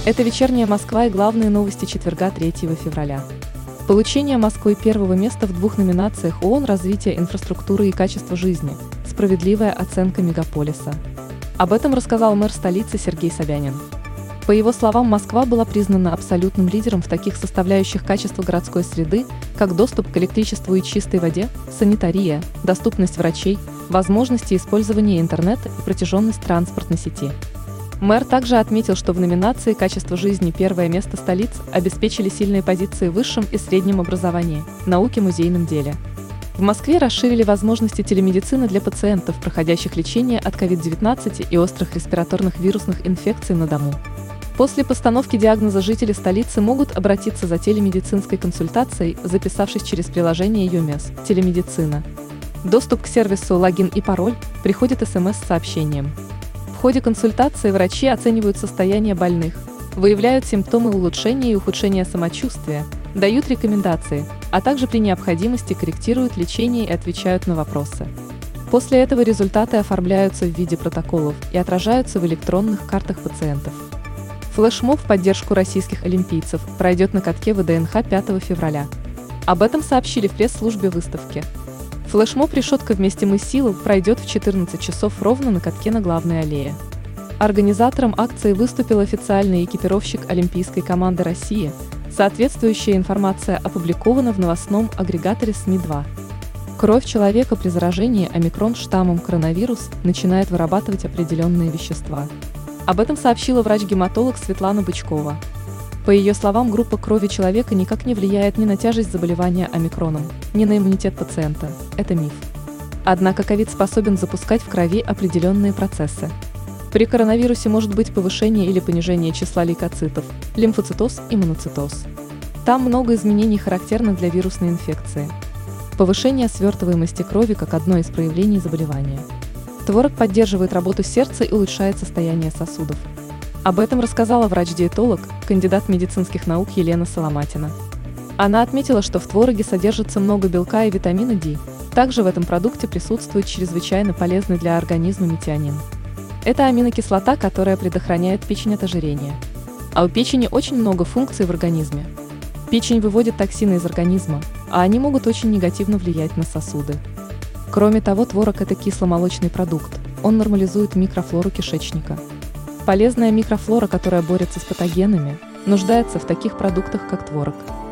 Это «Вечерняя Москва» и главные новости четверга 3 февраля. Получение Москвой первого места в 2 номинациях ООН «Развитие инфраструктуры и качество жизни. Справедливая оценка мегаполиса». Об этом рассказал мэр столицы Сергей Собянин. По его словам, Москва была признана абсолютным лидером в таких составляющих качества городской среды, как доступ к электричеству и чистой воде, санитария, доступность врачей, возможности использования интернета и протяженность транспортной сети. Мэр также отметил, что в номинации «Качество жизни» первое место столиц обеспечили сильные позиции в высшем и среднем образовании, науке, музейном деле. В Москве расширили возможности телемедицины для пациентов, проходящих лечение от COVID-19 и острых респираторных вирусных инфекций на дому. После постановки диагноза жители столицы могут обратиться за телемедицинской консультацией, записавшись через приложение ЮМЕС «Телемедицина». Доступ к сервису «Логин и пароль» приходит СМС с сообщением. В ходе консультации врачи оценивают состояние больных, выявляют симптомы улучшения и ухудшения самочувствия, дают рекомендации, а также при необходимости корректируют лечение и отвечают на вопросы. После этого результаты оформляются в виде протоколов и отражаются в электронных картах пациентов. Флешмоб в поддержку российских олимпийцев пройдет на катке ВДНХ 5 февраля. Об этом сообщили в пресс-службе выставки. Флешмоб «Решетка вместе мы сила» пройдет в 14 часов ровно на катке на Главной аллее. Организатором акции выступил официальный экипировщик олимпийской команды России. Соответствующая информация опубликована в новостном агрегаторе СМИ-2. Кровь человека при заражении омикрон-штаммом коронавирус начинает вырабатывать определенные вещества. Об этом сообщила врач-гематолог Светлана Бычкова. По ее словам, группа крови человека никак не влияет ни на тяжесть заболевания омикроном, ни на иммунитет пациента. Это миф. Однако ковид способен запускать в крови определенные процессы. При коронавирусе может быть повышение или понижение числа лейкоцитов, лимфоцитоз и моноцитоз. Там много изменений, характерных для вирусной инфекции. Повышение свертываемости крови как одно из проявлений заболевания. Творог поддерживает работу сердца и улучшает состояние сосудов. Об этом рассказала врач-диетолог, кандидат медицинских наук Елена Соломатина. Она отметила, что в твороге содержится много белка и витамина D. Также в этом продукте присутствует чрезвычайно полезный для организма метионин. Это аминокислота, которая предохраняет печень от ожирения. А у печени очень много функций в организме. Печень выводит токсины из организма, а они могут очень негативно влиять на сосуды. Кроме того, творог – это кисломолочный продукт, он нормализует микрофлору кишечника. Полезная микрофлора, которая борется с патогенами, нуждается в таких продуктах, как творог.